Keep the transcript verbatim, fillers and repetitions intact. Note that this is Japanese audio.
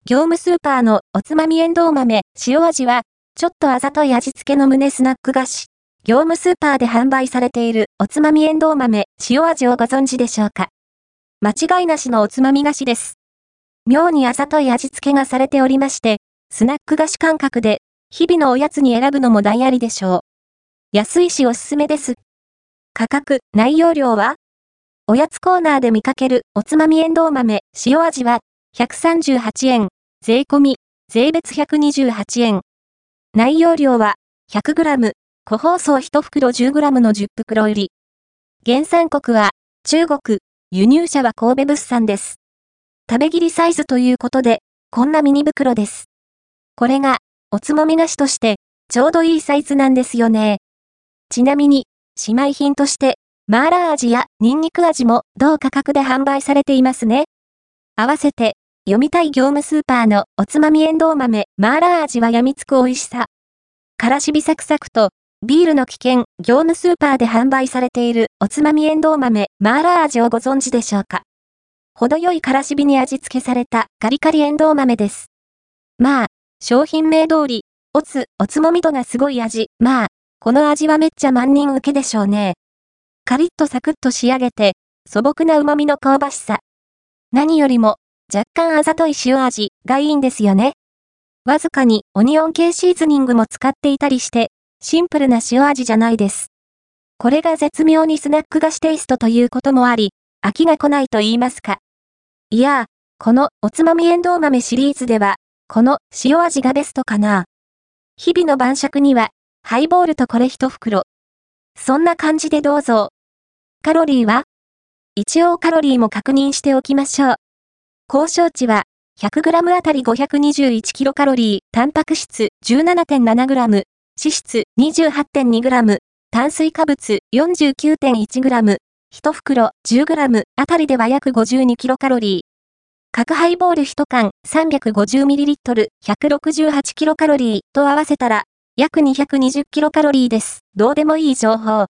業務スーパーのおつまみえんどう豆、塩味は、ちょっとあざとい味付けの胸スナック菓子。業務スーパーで販売されているおつまみえんどう豆、塩味をご存知でしょうか。間違いなしのおつまみ菓子です。妙にあざとい味付けがされておりまして、スナック菓子感覚で、日々のおやつに選ぶのも大ありでしょう。安いしおすすめです。価格、内容量はおやつコーナーで見かけるおつまみえんどう豆、塩味はひゃくさんじゅうはちえん、税込み、税別ひゃくにじゅうはちえん。内容量は ひゃくグラム、個包装いち袋 じゅうグラム のじゅっ袋入り。原産国は中国、輸入者は神戸物産です。食べ切りサイズということで、こんなミニ袋です。これが、おつまみ菓子として、ちょうどいいサイズなんですよね。ちなみに、姉妹品として、マーラー味やニンニク味も同価格で販売されていますね。合わせて、読みたい業務スーパーのおつまみえんどう豆、マーラー味はやみつく美味しさ。からしびサクサクと、ビールの危険、業務スーパーで販売されているおつまみえんどう豆、マーラー味をご存知でしょうか。程よいからしびに味付けされたカリカリえんどう豆です。まあ、商品名通り、おつ、おつもみ度がすごい味。まあ、この味はめっちゃ万人受けでしょうね。カリッとサクッと仕上げて、素朴な旨味の香ばしさ。何よりも、若干あざとい塩味がいいんですよね。わずかにオニオン系シーズニングも使っていたりして、シンプルな塩味じゃないです。これが絶妙にスナック菓子テイストということもあり、飽きが来ないと言いますか。いやー、このおつまみえんどう豆シリーズでは、この塩味がベストかな。日々の晩酌には、ハイボールとこれ一袋。そんな感じでどうぞ。カロリーは一応カロリーも確認しておきましょう。高消値は ひゃくグラム あたり ごひゃくにじゅういちキロカロリー、タンパク質 じゅうななてんななグラム、脂質 にじゅうはちてんにグラム、炭水化物 よんじゅうきゅうてんいちグラム、いち袋 じゅうグラム あたりでは約ごじゅうにキロカロリー。角ハイボールいち缶 さんびゃくごじゅうミリリットル ひゃくろくじゅうはちキロカロリーと合わせたら約にひゃくにじゅうキロカロリーです。どうでもいい情報。